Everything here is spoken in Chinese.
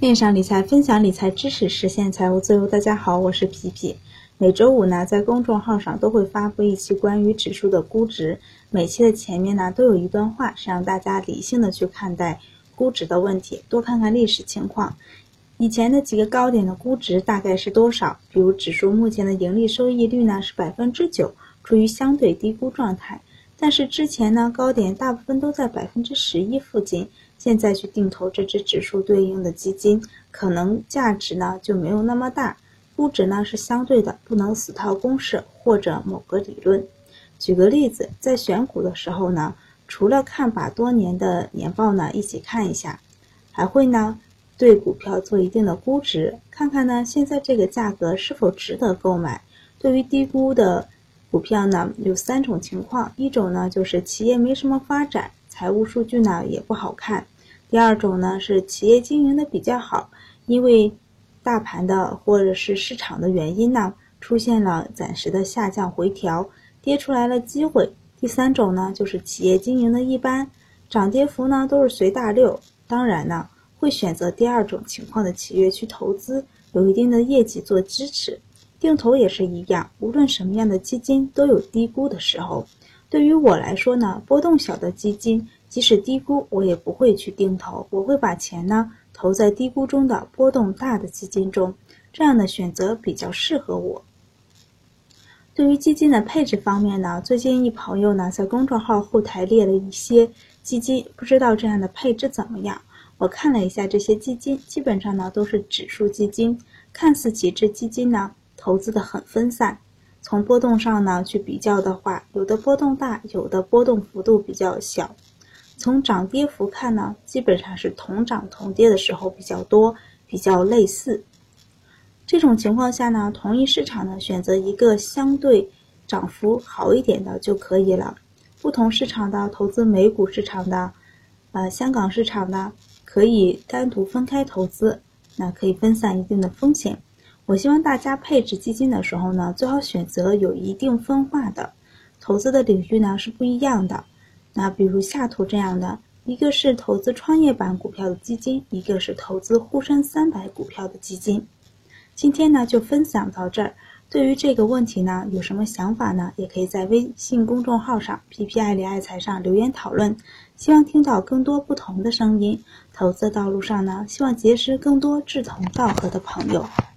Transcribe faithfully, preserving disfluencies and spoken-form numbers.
链上理财，分享理财知识，实现财务自由。大家好，我是皮皮。每周五呢，在公众号上都会发布一期关于指数的估值，每期的前面呢都有一段话，是让大家理性的去看待估值的问题，多看看历史情况。以前的几个高点的估值大概是多少？比如指数目前的盈利收益率呢是百分之九，处于相对低估状态。但是之前呢，高点大部分都在百分之十一附近。现在去定投这只指数对应的基金，可能价值呢就没有那么大，估值呢是相对的，不能死套公式或者某个理论。举个例子，在选股的时候呢，除了看把多年的年报呢一起看一下，还会呢对股票做一定的估值，看看呢现在这个价格是否值得购买。对于低估的股票呢，有三种情况，一种呢就是企业没什么发展，财务数据呢也不好看。第二种呢是企业经营的比较好，因为大盘的或者是市场的原因呢，出现了暂时的下降回调，跌出来了机会。第三种呢就是企业经营的一般，涨跌幅呢都是随大溜。当然呢，会选择第二种情况的企业去投资，有一定的业绩做支持。定投也是一样，无论什么样的基金都有低估的时候。对于我来说呢，波动小的基金即使低估我也不会去定投，我会把钱呢投在低估中的波动大的基金中，这样的选择比较适合我。对于基金的配置方面呢，最近一朋友呢在公众号后台列了一些基金，不知道这样的配置怎么样。我看了一下这些基金，基本上呢都是指数基金，看似几只基金呢投资的很分散。从波动上呢去比较的话，有的波动大，有的波动幅度比较小。从涨跌幅看呢，基本上是同涨同跌的时候比较多，比较类似。这种情况下呢，同一市场呢选择一个相对涨幅好一点的就可以了。不同市场的投资美股市场的呃，香港市场的可以单独分开投资，那可以分散一定的风险。我希望大家配置基金的时候呢，最好选择有一定分化的，投资的领域呢是不一样的。那比如下图这样的，一个是投资创业板股票的基金，一个是投资沪深三百股票的基金。今天呢就分享到这儿。对于这个问题呢，有什么想法呢？也可以在微信公众号上 P P 爱理爱财上留言讨论。希望听到更多不同的声音。投资道路上呢，希望结识更多志同道合的朋友。